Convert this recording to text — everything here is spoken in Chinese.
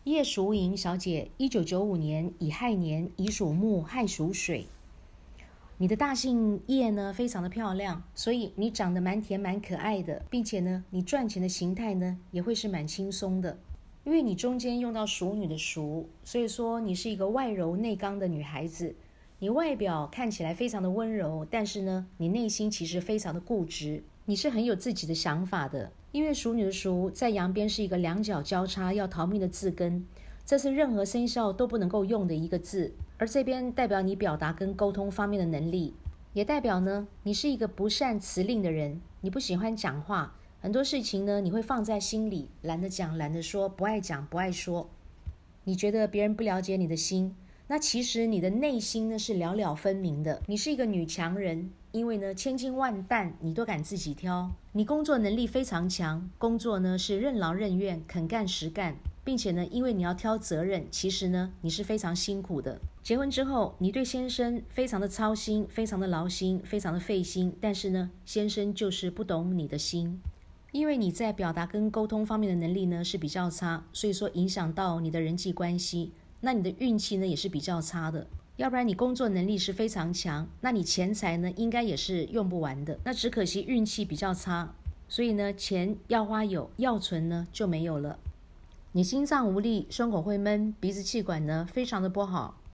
叶淑莹小姐，1995年乙亥年，乙属木，亥属水。你的大姓叶呢，非常的漂亮，所以你长得蛮甜蛮可爱的，并且呢，你赚钱的形态呢，也会是蛮轻松的。因为你中间用到淑女的淑，所以说你是一个外柔内刚的女孩子。你外表看起来非常的温柔，但是呢，你内心其实非常的固执，你是很有自己的想法的。因为淑女的淑在阳边是一个两脚交叉要逃命的字根，这是任何生肖都不能够用的一个字，而这边代表你表达跟沟通方面的能力，也代表呢，你是一个不善辞令的人，你不喜欢讲话，很多事情呢，你会放在心里，懒得讲，懒得说，不爱讲，不爱说。你觉得别人不了解你的心，那其实你的内心呢是了了分明的。你是一个女强人，因为呢千金万担你都敢自己挑。你工作能力非常强，工作呢是任劳任怨，肯干实干，并且呢因为你要挑责任，其实呢你是非常辛苦的。结婚之后，你对先生非常的操心，非常的劳心，非常的费心，但是呢先生就是不懂你的心。因为你在表达跟沟通方面的能力呢是比较差，所以说影响到你的人际关系，那你的运气呢也是比较差的。要不然你工作能力是非常强，那你钱财呢应该也是用不完的，那只可惜运气比较差，所以呢钱要花有，要存呢就没有了。你心脏无力，胸口会闷，鼻子气管呢非常的不好，